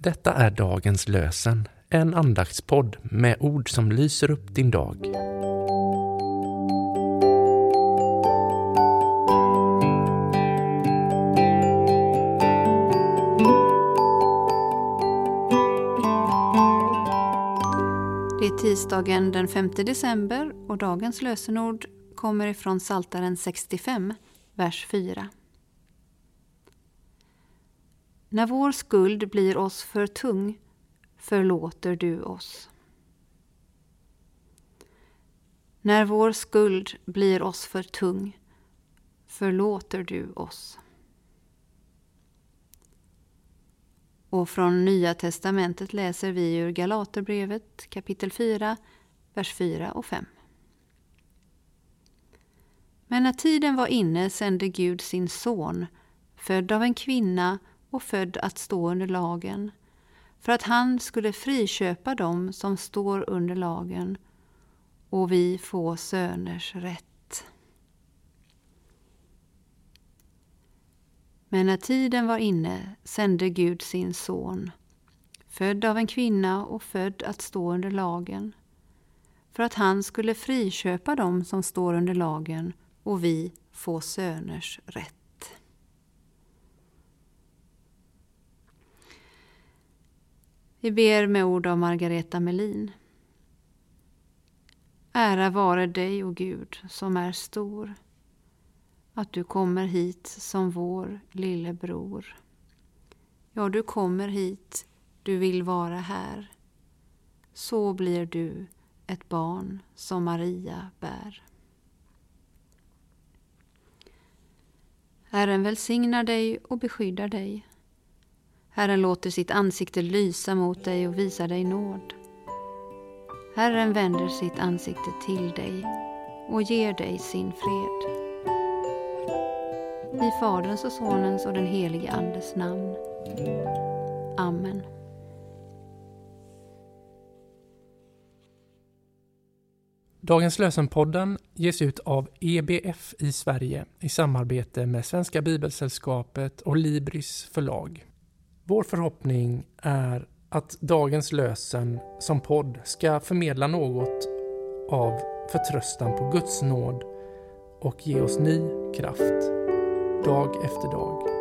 Detta är dagens lösen, en andaktspodd med ord som lyser upp din dag. Det är tisdagen den 5 december och dagens lösenord kommer ifrån Psaltaren 65, vers 4. När vår skuld blir oss för tung, förlåter du oss. När vår skuld blir oss för tung, förlåter du oss. Och från Nya testamentet läser vi ur Galaterbrevet kapitel 4, vers 4 och 5. Men när tiden var inne sände Gud sin son, född av en kvinna och född att stå under lagen, för att han skulle friköpa dem som står under lagen och vi få söners rätt. Men när tiden var inne sände Gud sin son, född av en kvinna och född att stå under lagen, för att han skulle friköpa dem som står under lagen och vi få söners rätt. Vi ber med ord av Margareta Melin. Ära vare dig, o Gud, som är stor, att du kommer hit som vår lillebror. Ja, du kommer hit, du vill vara här. Så blir du ett barn som Maria bär. Herren välsignar dig och beskyddar dig. Herren låter sitt ansikte lysa mot dig och visar dig nåd. Herren vänder sitt ansikte till dig och ger dig sin fred. I Faderns och Sonens och den helige Andes namn. Amen. Dagens lösenpodden ges ut av EBF i Sverige i samarbete med Svenska Bibelsällskapet och Libris förlag. Vår förhoppning är att dagens lösen som podd ska förmedla något av förtröstan på Guds nåd och ge oss ny kraft dag efter dag.